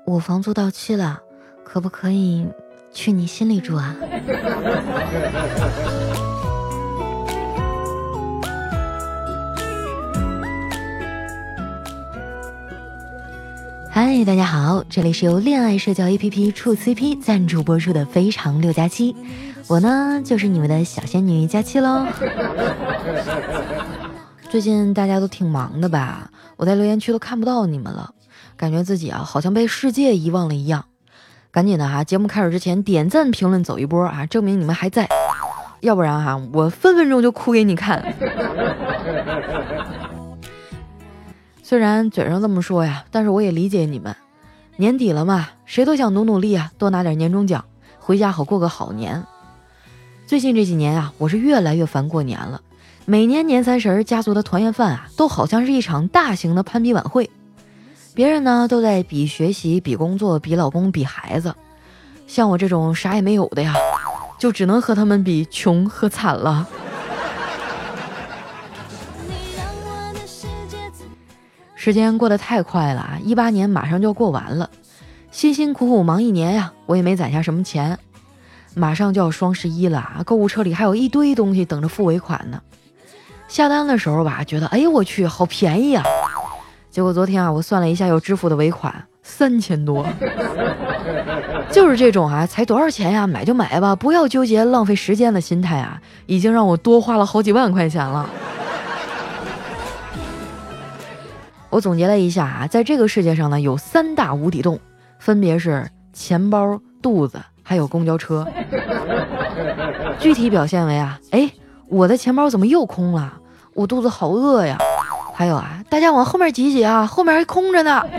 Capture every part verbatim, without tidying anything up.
我房租到期了，可不可以去你心里住啊？嗨，大家好，这里是由恋爱社交 A P P 处 C P 赞助播出的非常六加七，我呢就是你们的小仙女佳期喽。最近大家都挺忙的吧，我在留言区都看不到你们了，感觉自己啊好像被世界遗忘了一样。赶紧的哈、啊，节目开始之前点赞评论走一波啊，证明你们还在，要不然哈、啊、我分分钟就哭给你看。虽然嘴上这么说呀，但是我也理解你们，年底了嘛，谁都想努努力啊，多拿点年终奖，回家好过个好年。最近这几年啊，我是越来越烦过年了，每年年三十家族的团圆饭啊，都好像是一场大型的攀比晚会。别人呢都在比学习、比工作、比老公、比孩子，像我这种啥也没有的呀，就只能和他们比穷和惨了。时间过得太快了啊！一八年马上就过完了，辛辛苦苦忙一年呀，我也没攒下什么钱。马上就要双十一了啊，购物车里还有一堆东西等着付尾款呢。下单的时候吧，觉得哎呦我去，好便宜啊！结果昨天啊，我算了一下有支付的尾款三千多。就是这种啊，才多少钱呀，买就买吧，不要纠结浪费时间的心态啊，已经让我多花了好几万块钱了。我总结了一下啊，在这个世界上呢，有三大无底洞，分别是钱包、肚子还有公交车。具体表现为啊，哎，我的钱包怎么又空了？我肚子好饿呀！还有啊，大家往后面挤挤啊，后面还空着呢。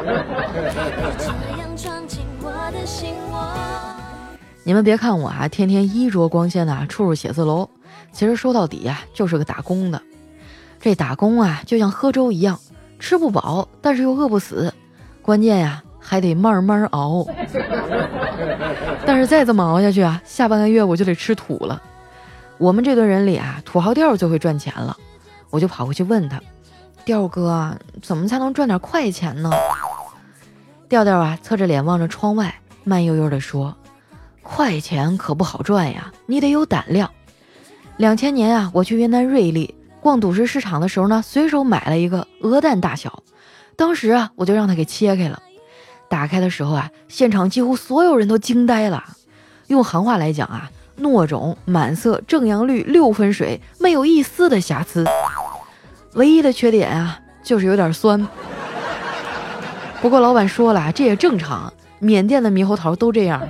你们别看我啊，天天衣着光鲜啊，出入写字楼，其实说到底啊，就是个打工的。这打工啊，就像喝粥一样。吃不饱，但是又饿不死，关键呀还得慢慢熬。但是再这么熬下去啊，下半个月我就得吃土了。我们这堆人里啊，土豪调最会赚钱了。我就跑过去问他，调哥，怎么才能赚点快钱呢？调调啊，侧着脸望着窗外，慢悠悠地说，快钱可不好赚呀，你得有胆量。两千年啊，我去云南瑞丽逛赌石市场的时候呢，随手买了一个鹅蛋大小，当时啊我就让他给切开了。打开的时候啊，现场几乎所有人都惊呆了。用行话来讲啊，糯种满色，正阳绿，六分水，没有一丝的瑕疵。唯一的缺点啊，就是有点酸。不过老板说了，这也正常，缅甸的猕猴桃都这样。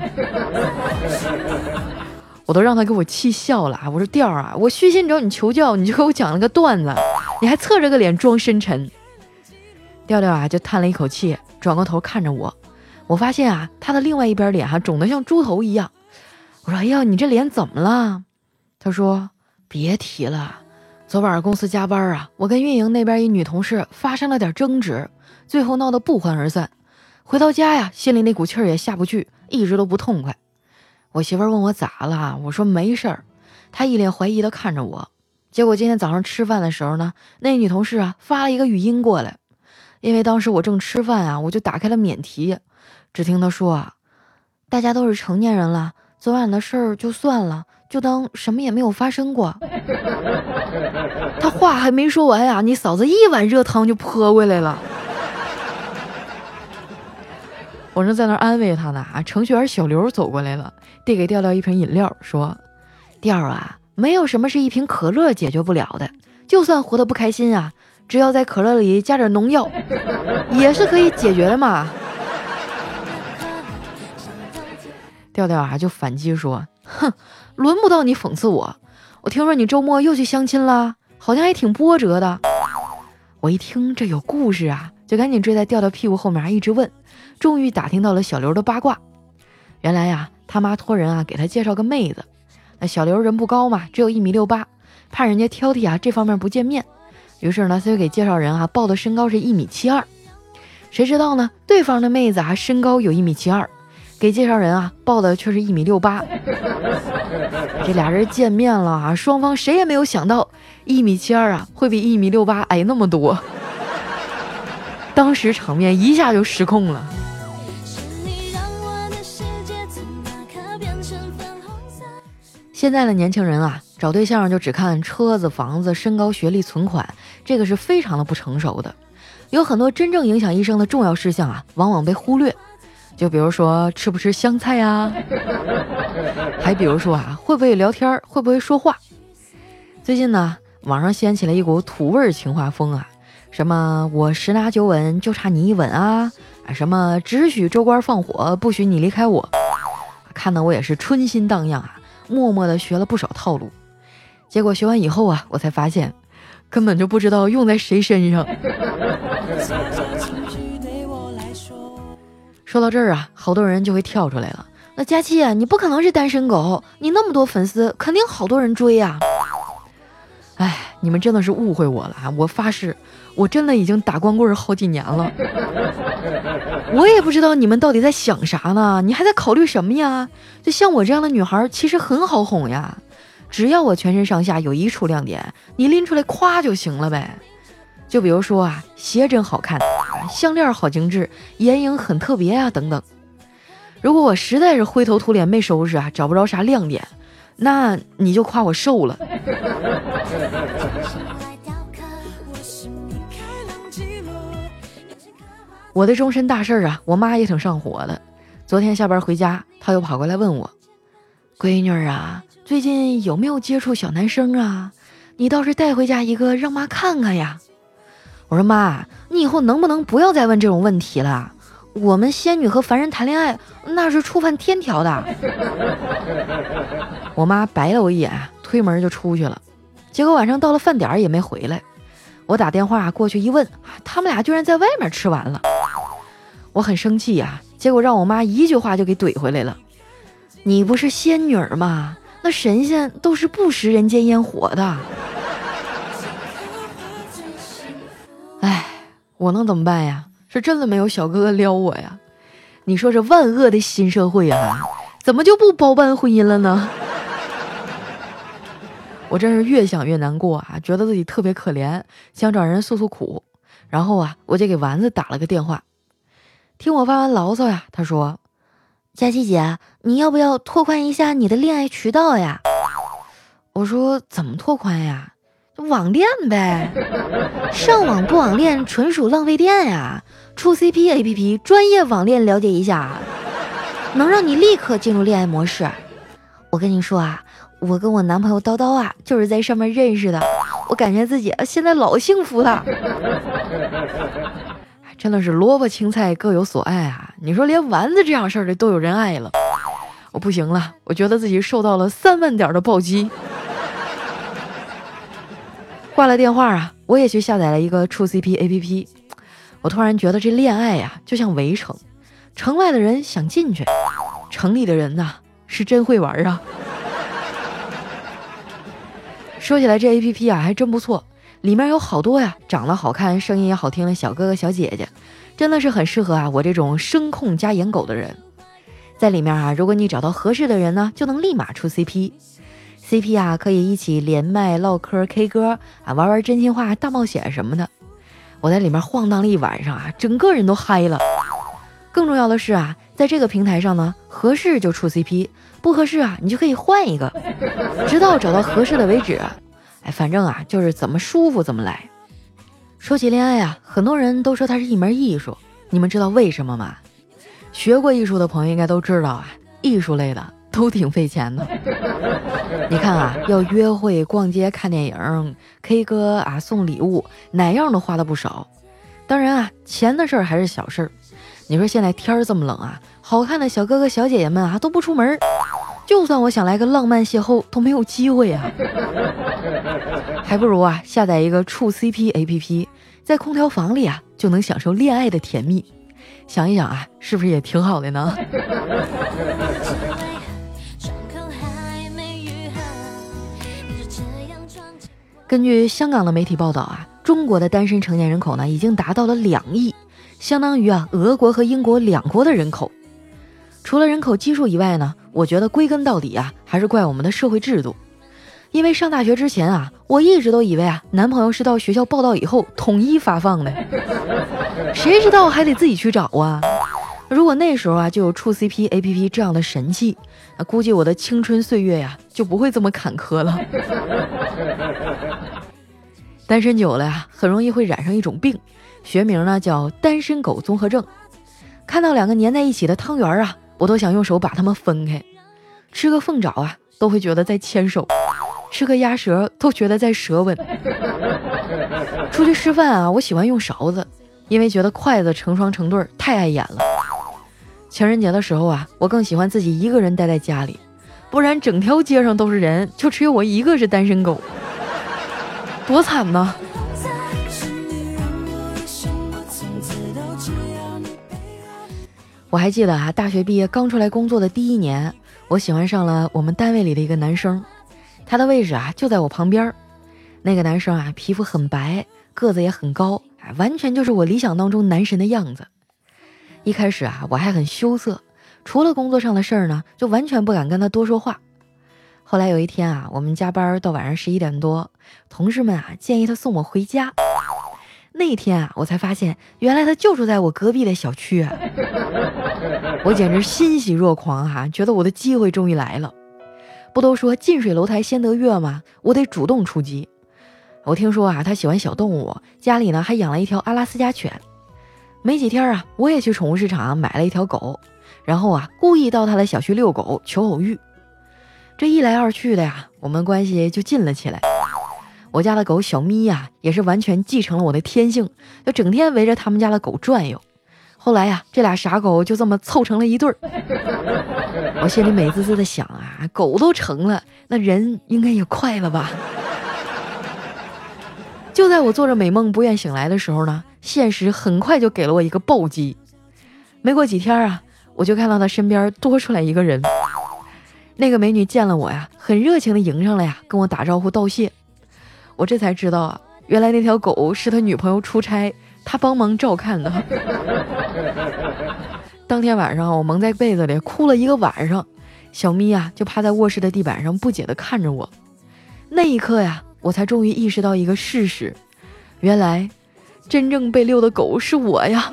我都让他给我气笑了，我说调啊，我虚心找你求教，你就给我讲了个段子，你还侧着个脸装深沉。调调啊就叹了一口气，转过头看着我，我发现啊他的另外一边脸哈、啊、肿得像猪头一样。我说哎呀，你这脸怎么了？他说别提了，昨晚公司加班啊，我跟运营那边一女同事发生了点争执，最后闹得不欢而散。回到家呀，心里那股气儿也下不去，一直都不痛快。我媳妇儿问我咋了，我说没事儿，她一脸怀疑地看着我。结果今天早上吃饭的时候呢，那女同事啊发了一个语音过来，因为当时我正吃饭啊，我就打开了免提，只听她说啊，大家都是成年人了，昨晚的事儿就算了，就当什么也没有发生过。她话还没说完啊，你嫂子一碗热汤就泼过来了。我正在那儿安慰他呢，程序员小刘走过来了，递给调调一瓶饮料，说，调啊，没有什么是一瓶可乐解决不了的，就算活得不开心啊，只要在可乐里加点农药也是可以解决的嘛。调调啊就反击说，哼，轮不到你讽刺我，我听说你周末又去相亲了，好像还挺波折的。我一听这有故事啊，就赶紧追在调调屁股后面一直问，终于打听到了小刘的八卦。原来呀，他妈托人啊给他介绍个妹子，那小刘人不高嘛，只有一米六八，怕人家挑剔啊这方面不见面，于是呢他就给介绍人啊报的身高是一米七二。谁知道呢，对方的妹子啊身高有一米七二，给介绍人啊报的却是一米六八。这俩人见面了啊，双方谁也没有想到一米七二啊会比一米六八矮那么多，当时场面一下就失控了。 现在的年轻人啊，找对象就只看车子、房子、身高、学历、存款，这个是非常的不成熟的。有很多真正影响一生的重要事项啊，往往被忽略。就比如说吃不吃香菜呀，还比如说啊，会不会聊天，会不会说话。最近呢，网上掀起了一股土味情话风啊，什么我十拿九稳就差你一吻啊，啊什么只许州官放火，不许你离开我。看得我也是春心荡漾啊，默默地学了不少套路。结果学完以后啊，我才发现根本就不知道用在谁身上。说到这儿啊，好多人就会跳出来了，那佳期啊，你不可能是单身狗，你那么多粉丝，肯定好多人追啊。哎，你们真的是误会我了啊！我发誓，我真的已经打光棍好几年了。我也不知道你们到底在想啥呢？你还在考虑什么呀？就像我这样的女孩，其实很好哄呀。只要我全身上下有一处亮点，你拎出来夸就行了呗。就比如说啊，鞋真好看，项链好精致，眼影很特别啊，等等。如果我实在是灰头土脸没收拾啊，找不着啥亮点，那你就夸我瘦了。我的终身大事啊，我妈也挺上火的。昨天下班回家，她又跑过来问我，闺女啊，最近有没有接触小男生啊？你倒是带回家一个让妈看看呀。我说妈，你以后能不能不要再问这种问题了？我们仙女和凡人谈恋爱，那是触犯天条的。我妈白了我一眼，推门就出去了。结果晚上到了饭点也没回来。我打电话过去一问，他们俩居然在外面吃完了。我很生气呀、啊，结果让我妈一句话就给怼回来了。你不是仙女吗？那神仙都是不食人间烟火的。哎，我能怎么办呀？是真的没有小哥哥撩我呀？你说这万恶的新社会啊，怎么就不包办婚姻了呢？我真是越想越难过啊，觉得自己特别可怜，想找人诉诉苦。然后啊，我就给丸子打了个电话。听我发完牢骚呀，他说：佳琪姐，你要不要拓宽一下你的恋爱渠道呀？我说怎么拓宽呀？网恋呗，上网不网恋纯属浪费电呀。触 C P A P P 专业网恋了解一下，能让你立刻进入恋爱模式。我跟你说啊，我跟我男朋友叨叨啊，就是在上面认识的，我感觉自己现在老幸福了。真的是萝卜青菜各有所爱啊！你说连丸子这样事儿的都有人爱了，我不行了，我觉得自己受到了三万点的暴击。挂了电话啊，我也去下载了一个触 C P A P P。我突然觉得这恋爱呀、啊，就像围城，城外的人想进去，城里的人呐、啊、是真会玩啊。说起来这 A P P 啊还真不错，里面有好多呀长得好看、声音也好听的小哥哥小姐姐，真的是很适合啊我这种声控加颜狗的人。在里面啊，如果你找到合适的人呢，就能立马出 C P。C P 啊，可以一起连麦、唠嗑、K 歌啊，玩玩真心话、大冒险什么的。我在里面晃荡了一晚上啊，整个人都嗨了。更重要的是啊，在这个平台上呢，合适就出 C P， 不合适啊，你就可以换一个，直到找到合适的为止。哎，反正啊，就是怎么舒服怎么来。说起恋爱啊，很多人都说它是一门艺术，你们知道为什么吗？学过艺术的朋友应该都知道啊，艺术类的都挺费钱的。你看啊，要约会、逛街、看电影、K 歌啊，送礼物，哪样都花了不少。当然啊，钱的事儿还是小事儿。你说现在天儿这么冷啊，好看的小哥哥小姐姐们啊都不出门，就算我想来个浪漫邂逅都没有机会啊。还不如啊下载一个触 C P A P P， 在空调房里啊就能享受恋爱的甜蜜。想一想啊，是不是也挺好的呢？根据香港的媒体报道啊，中国的单身成年人口呢已经达到了两亿，相当于啊俄国和英国两国的人口。除了人口基数以外呢，我觉得归根到底啊还是怪我们的社会制度。因为上大学之前啊，我一直都以为啊男朋友是到学校报到以后统一发放的，谁知道还得自己去找啊。 如果那时候啊就有处 C P A P P 这样的神器，那估计我的青春岁月呀就不会这么坎坷了。单身久了呀，很容易会染上一种病，学名呢叫单身狗综合症。看到两个粘在一起的汤圆啊，我都想用手把它们分开。吃个凤爪啊，都会觉得在牵手；吃个鸭舌都觉得在舌吻。出去吃饭啊，我喜欢用勺子，因为觉得筷子成双成对太碍眼了。情人节的时候啊，我更喜欢自己一个人待在家里，不然整条街上都是人，就只有我一个是单身狗，多惨呢！我还记得啊，大学毕业刚出来工作的第一年，我喜欢上了我们单位里的一个男生，他的位置啊就在我旁边。那个男生啊，皮肤很白，个子也很高，完全就是我理想当中男神的样子。一开始啊，我还很羞涩，除了工作上的事儿呢，就完全不敢跟他多说话。后来有一天啊，我们加班到晚上十一点多，同事们啊建议他送我回家。那天啊，我才发现原来他就住在我隔壁的小区啊！我简直欣喜若狂哈、啊，觉得我的机会终于来了。不都说近水楼台先得月吗？我得主动出击。我听说啊，他喜欢小动物，家里呢还养了一条阿拉斯加犬。没几天啊，我也去宠物市场买了一条狗，然后啊，故意到他的小区遛狗求偶遇。这一来二去的呀，我们关系就近了起来。我家的狗小咪呀、啊，也是完全继承了我的天性，就整天围着他们家的狗转悠。后来呀、啊，这俩傻狗就这么凑成了一对儿。我心里美滋滋的想啊，狗都成了，那人应该也快了吧。就在我做着美梦不愿醒来的时候呢，现实很快就给了我一个暴击。没过几天啊，我就看到他身边多出来一个人。那个美女见了我呀，很热情的迎上来呀，跟我打招呼道谢。我这才知道啊，原来那条狗是他女朋友出差，他帮忙照看的。当天晚上我蒙在被子里哭了一个晚上，小咪啊就趴在卧室的地板上不解地看着我。那一刻呀，我才终于意识到一个事实，原来真正被遛的狗是我呀。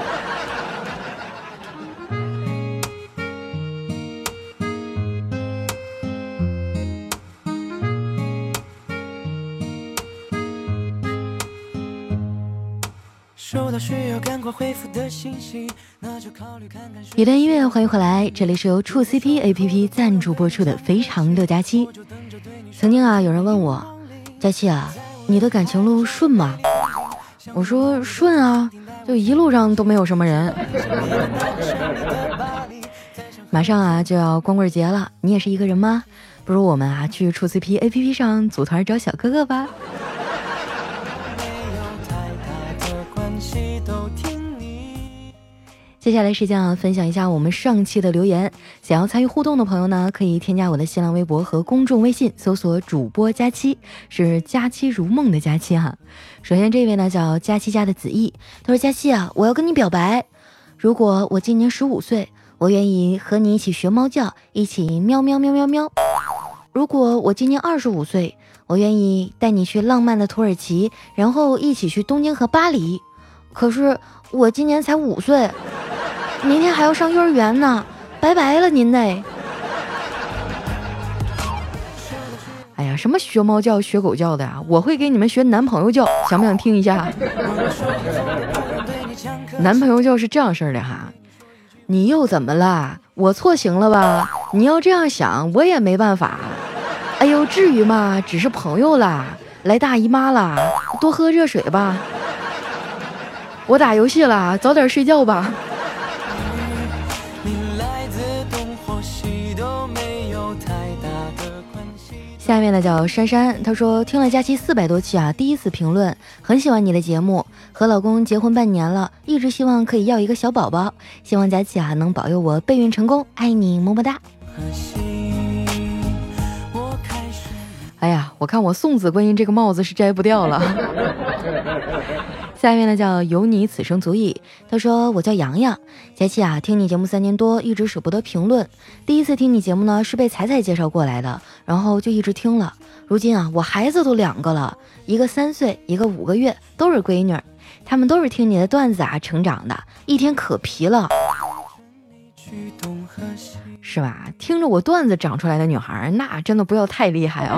一段音乐，欢迎回来，这里是由触 C P A P P 赞助播出的非常六加七。曾经啊，有人问我，佳期啊，你的感情路顺吗？我说顺啊，就一路上都没有什么人。马上啊就要光棍节了，你也是一个人吗？不如我们啊去触 C P A P P 上组团找小哥哥吧。接下来时间啊，分享一下我们上期的留言。想要参与互动的朋友呢，可以添加我的新浪微博和公众微信，搜索主播佳期，是佳期如梦的佳期哈。首先这位呢叫佳期家的子毅，他说：佳期啊，我要跟你表白，如果我今年十五岁，我愿意和你一起学猫叫，一起喵喵喵喵喵。如果我今年二十五岁，我愿意带你去浪漫的土耳其，然后一起去东京和巴黎。可是我今年才五岁。明天还要上幼儿园呢，拜拜了您嘞！哎呀，什么学猫叫、学狗叫的呀？我会给你们学男朋友叫，想不想听一下？男朋友叫是这样式的哈，你又怎么了？我错行了吧？你要这样想，我也没办法。哎呦，至于吗？只是朋友啦，来大姨妈啦，多喝热水吧。我打游戏啦，早点睡觉吧。下面呢叫珊珊，她说听了佳期四百多期啊，第一次评论，很喜欢你的节目，和老公结婚半年了，一直希望可以要一个小宝宝，希望佳期啊能保佑我备孕成功，爱你么么哒。哎呀，我看我送子观音这个帽子是摘不掉了。下面呢叫有你此生足矣，他说我叫洋洋，佳期啊，听你节目三年多，一直舍不得评论，第一次听你节目呢是被彩彩介绍过来的，然后就一直听了，如今啊我孩子都两个了，一个三岁，一个五个月，都是闺女，他们都是听你的段子啊成长的，一天可皮了。 是吧？听着我段子长出来的女孩，那真的不要太厉害哦。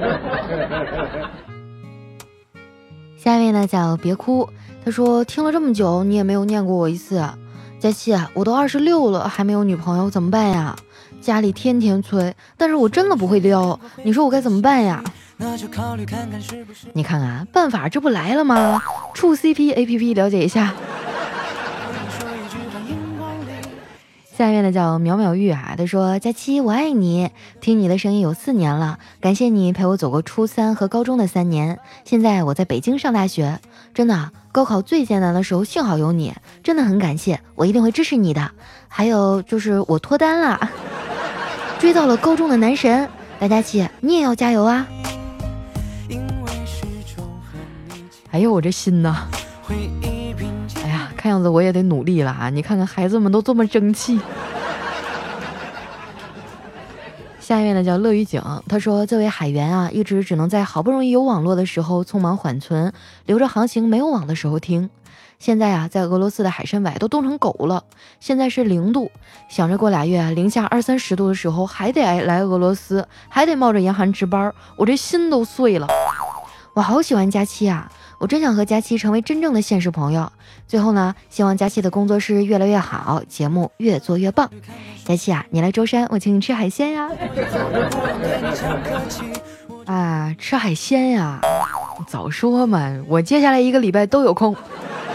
下一位呢叫别哭，他说听了这么久你也没有念过我一次。佳期，我都二十六了还没有女朋友怎么办呀？家里天天催，但是我真的不会撩，你说我该怎么办呀？你看看办法这不来了吗？处 C P A P P 了解一下。下面的叫淼淼玉啊，他说佳期我爱你，听你的声音有四年了，感谢你陪我走过初三和高中的三年，现在我在北京上大学，真的高考最艰难的时候幸好有你，真的很感谢，我一定会支持你的。还有就是我脱单了，追到了高中的男神，大佳期你也要加油啊。哎呦我这心呐，哎呀看样子我也得努力了啊！你看看孩子们都这么争气。下一位呢叫乐于景，他说这位海员啊，一直只能在好不容易有网络的时候匆忙缓存，留着航行没有网的时候听。现在啊，在俄罗斯的海参崴都冻成狗了，现在是零度，想着过俩月零下二三十度的时候还得来俄罗斯，还得冒着严寒值班，我这心都碎了。我好喜欢佳期啊，我真想和佳期成为真正的现实朋友。最后呢，希望佳期的工作室越来越好，节目越做越棒。佳期啊，你来舟山，我请你吃海鲜呀！啊，吃海鲜呀！早说嘛，我接下来一个礼拜都有空。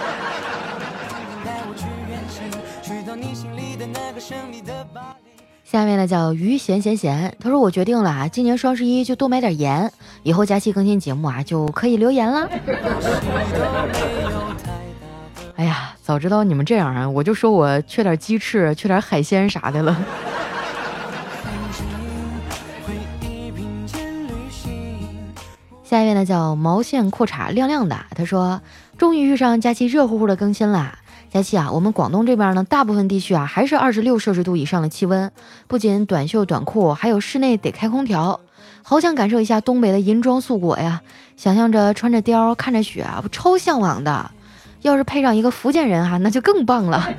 下面呢叫鱼咸咸咸，他说我决定了啊，今年双十一就多买点盐，以后佳期更新节目啊就可以留言了。哎呀，早知道你们这样啊，我就说我缺点鸡翅，缺点海鲜啥的了。下一位呢叫毛线裤衩亮亮的，他说终于遇上佳期热乎乎的更新啦。佳期啊，我们广东这边呢，大部分地区啊还是二十六摄氏度以上的气温，不仅短袖短裤，还有室内得开空调。好想感受一下东北的银装素裹呀，想象着穿着貂看着雪啊，我超向往的。要是配上一个福建人哈、啊，那就更棒了。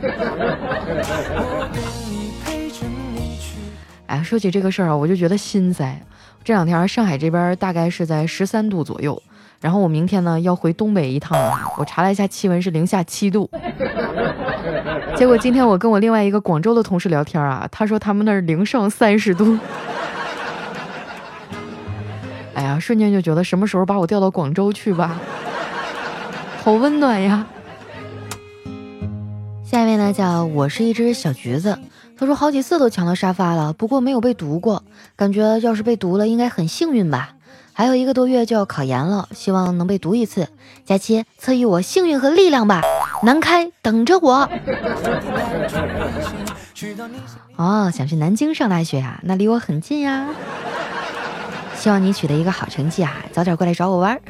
哎，说起这个事儿啊，我就觉得心塞。这两天上海这边大概是在十三度左右。然后我明天呢要回东北一趟，我查了一下气温是零下七度。结果今天我跟我另外一个广州的同事聊天啊，他说他们那儿零上三十度。哎呀，瞬间就觉得什么时候把我调到广州去吧，好温暖呀。下一位呢叫我是一只小橘子，他说好几次都抢到沙发了，不过没有被毒过，感觉要是被毒了应该很幸运吧。还有一个多月就要考研了，希望能被读一次。佳期赐予我幸运和力量吧，南开等着我。哦，想去南京上大学啊，那离我很近呀。希望你取得一个好成绩啊，早点过来找我玩。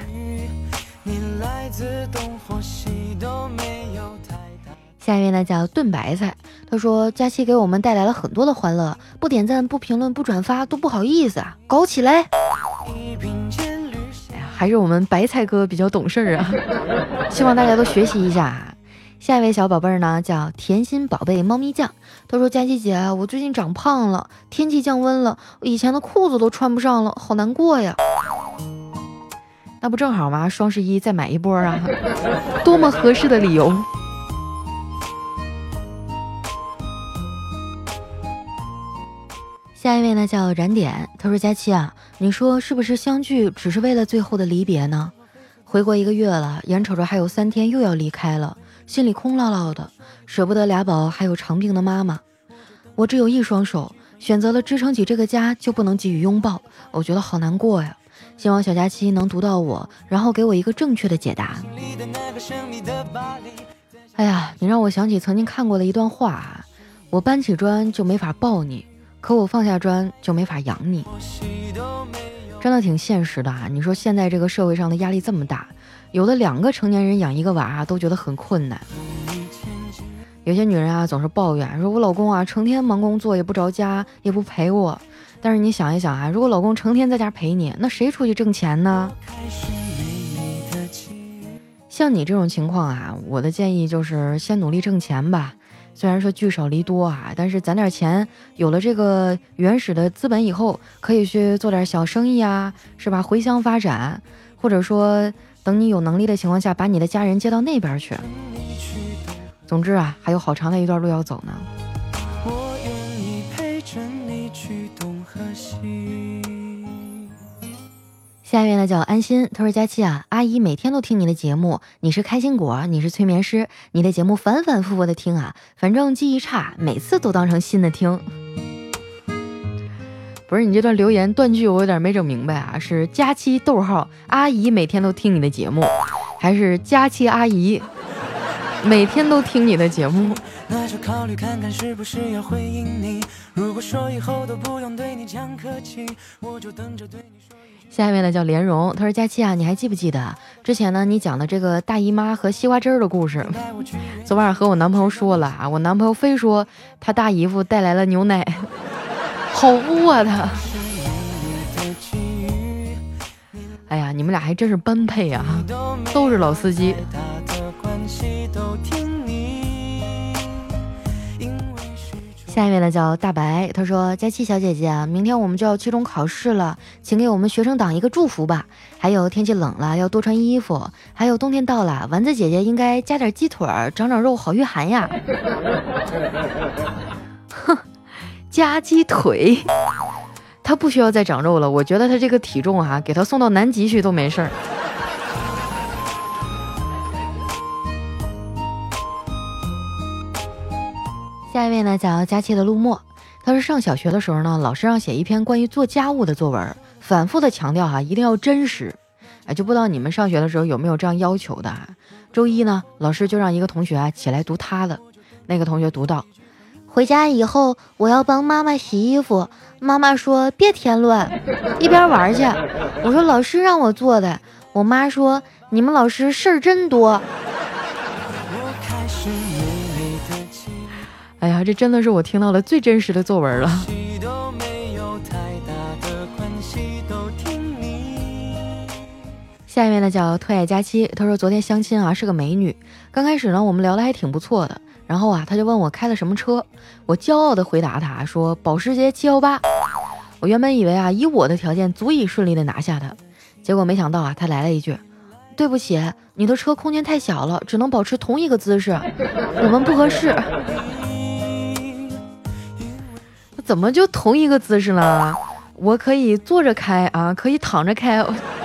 下一位呢叫炖白菜，他说佳期给我们带来了很多的欢乐，不点赞不评论不转发都不好意思啊，搞起来。哎呀，还是我们白菜哥比较懂事啊，希望大家都学习一下。下一位小宝贝儿呢叫甜心宝贝猫咪酱，他说佳琪姐，我最近长胖了，天气降温了，我以前的裤子都穿不上了，好难过呀。那不正好吗？双十一再买一波啊，多么合适的理由。下一位呢叫燃点，他说佳期啊，你说是不是相聚只是为了最后的离别呢？回国一个月了，眼瞅着还有三天又要离开了，心里空落落的，舍不得俩宝还有长病的妈妈。我只有一双手，选择了支撑起这个家就不能给予拥抱，我觉得好难过呀。希望小佳期能读到我，然后给我一个正确的解答。哎呀，你让我想起曾经看过的一段话啊，我搬起砖就没法抱你，可我放下砖就没法养你。真的挺现实的啊！你说现在这个社会上的压力这么大，有的两个成年人养一个娃啊都觉得很困难。有些女人啊总是抱怨说我老公啊成天忙工作也不着家也不陪我，但是你想一想啊，如果老公成天在家陪你，那谁出去挣钱呢？像你这种情况啊，我的建议就是先努力挣钱吧。 虽然说聚少离多啊，但是攒点钱，有了这个原始的资本以后，可以去做点小生意啊，是吧？回乡发展，或者说等你有能力的情况下，把你的家人接到那边去。总之啊，还有好长的一段路要走呢。我愿意陪着你去东和西。下面呢叫安心，他说佳期啊，阿姨每天都听你的节目，你是开心果，你是催眠师，你的节目反反复复的听啊，反正记忆差，每次都当成新的听。不是，你这段留言断句我有点没整明白啊，是佳期逗号阿姨每天都听你的节目，还是佳期阿姨每天都听你的节目？那就考虑看看是不是要回应你，如果说以后都不用对你讲客气，我就等着对你说。下面呢叫莲蓉，他说佳期啊，你还记不记得之前呢你讲的这个大姨妈和西瓜汁儿的故事？昨晚和我男朋友说了啊，我男朋友非说他大姨夫带来了牛奶，好饿他。哎呀，你们俩还真是般配啊，都是老司机。下一位呢叫大白，他说佳期小姐姐，明天我们就要期中考试了，请给我们学生党一个祝福吧。还有天气冷了要多穿衣服，还有冬天到了，丸子姐姐应该加点鸡腿长长肉好御寒呀。哼，加鸡腿，他不需要再长肉了，我觉得他这个体重啊，给他送到南极去都没事儿。下一位呢叫佳期的陆墨，他说上小学的时候呢，老师让写一篇关于做家务的作文，反复的强调哈、啊，一定要真实。哎，就不知道你们上学的时候有没有这样要求的啊？周一呢，老师就让一个同学啊起来读他的，那个同学读到，回家以后我要帮妈妈洗衣服，妈妈说别添乱，一边玩去。我说老师让我做的，我妈说你们老师事儿真多。哎呀，这真的是我听到了最真实的作文了。下一位呢叫特爱佳期，他说昨天相亲啊是个美女，刚开始呢我们聊得还挺不错的，然后啊他就问我开的什么车，我骄傲的回答他说保时捷七一八。我原本以为啊以我的条件足以顺利的拿下他，结果没想到啊他来了一句，对不起，你的车空间太小了，只能保持同一个姿势，我们不合适。怎么就同一个姿势呢？我可以坐着开啊，可以躺着开。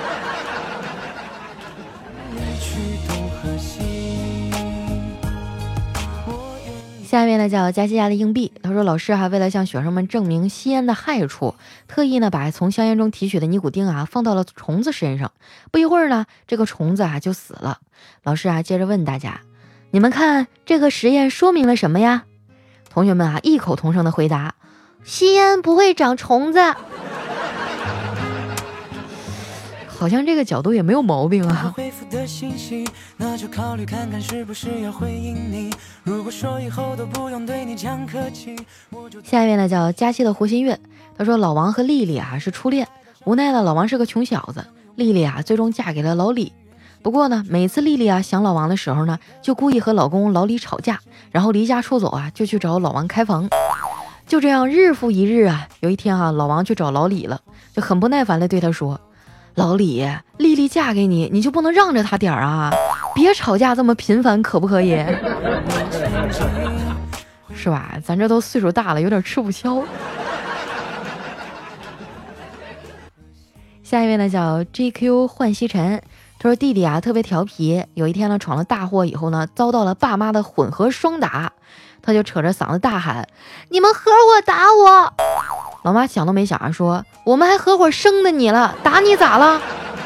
下面呢叫佳期家的硬币，他说老师还、啊、为了向学生们证明吸烟的害处，特意呢把从香烟中提取的尼古丁啊放到了虫子身上，不一会儿呢这个虫子啊就死了。老师啊接着问大家，你们看这个实验说明了什么呀？同学们啊异口同声的回答，吸烟不会长虫子。好像这个角度也没有毛病啊。下一位呢叫佳期的胡心月，他说老王和丽丽啊是初恋，无奈呢老王是个穷小子，丽丽啊最终嫁给了老李。不过呢每次丽丽啊想老王的时候呢，就故意和老公老李吵架，然后离家出走啊，就去找老王开房。就这样日复一日啊，有一天啊老王去找老李了，就很不耐烦的对他说，老李，丽丽嫁给你，你就不能让着她点儿啊？别吵架这么频繁，可不可以？是吧？咱这都岁数大了，有点吃不消。下一位呢叫 G Q 幻西尘，他说弟弟啊特别调皮，有一天呢闯了大祸以后呢，遭到了爸妈的混合双打，他就扯着嗓子大喊，你们合伙打我！老妈想都没想啊，说我们还合伙生的你了，打你咋了？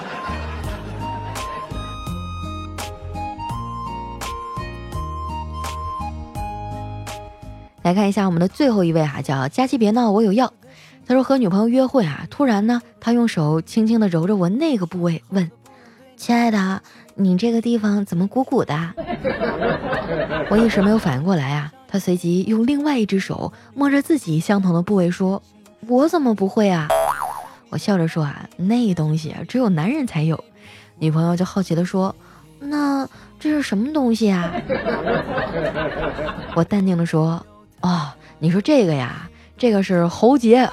来看一下我们的最后一位哈、啊，叫佳期别闹我有药。他说和女朋友约会啊，突然呢他用手轻轻的揉着我那个部位，问，亲爱的，你这个地方怎么鼓鼓的？我一时没有反应过来啊，他随即用另外一只手摸着自己相同的部位说，我怎么不会啊？我笑着说啊，那东西啊只有男人才有。女朋友就好奇的说， 那这是什么东西啊？我淡定地说，哦，你说这个呀，这个是喉结。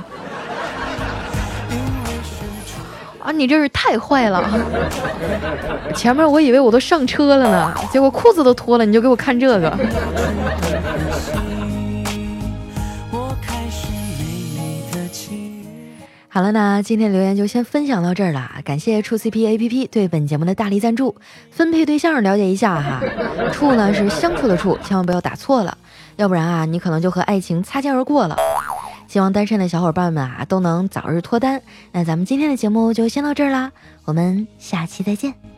啊，你真是太坏了！前面我以为我都上车了呢，结果裤子都脱了，你就给我看这个。好了，那今天留言就先分享到这儿了，感谢处 C P A P P 对本节目的大力赞助。分配对象了解一下哈，处呢是相处的处，千万不要打错了，要不然啊，你可能就和爱情擦肩而过了。希望单身的小伙伴们啊都能早日脱单。那咱们今天的节目就先到这儿啦，我们下期再见。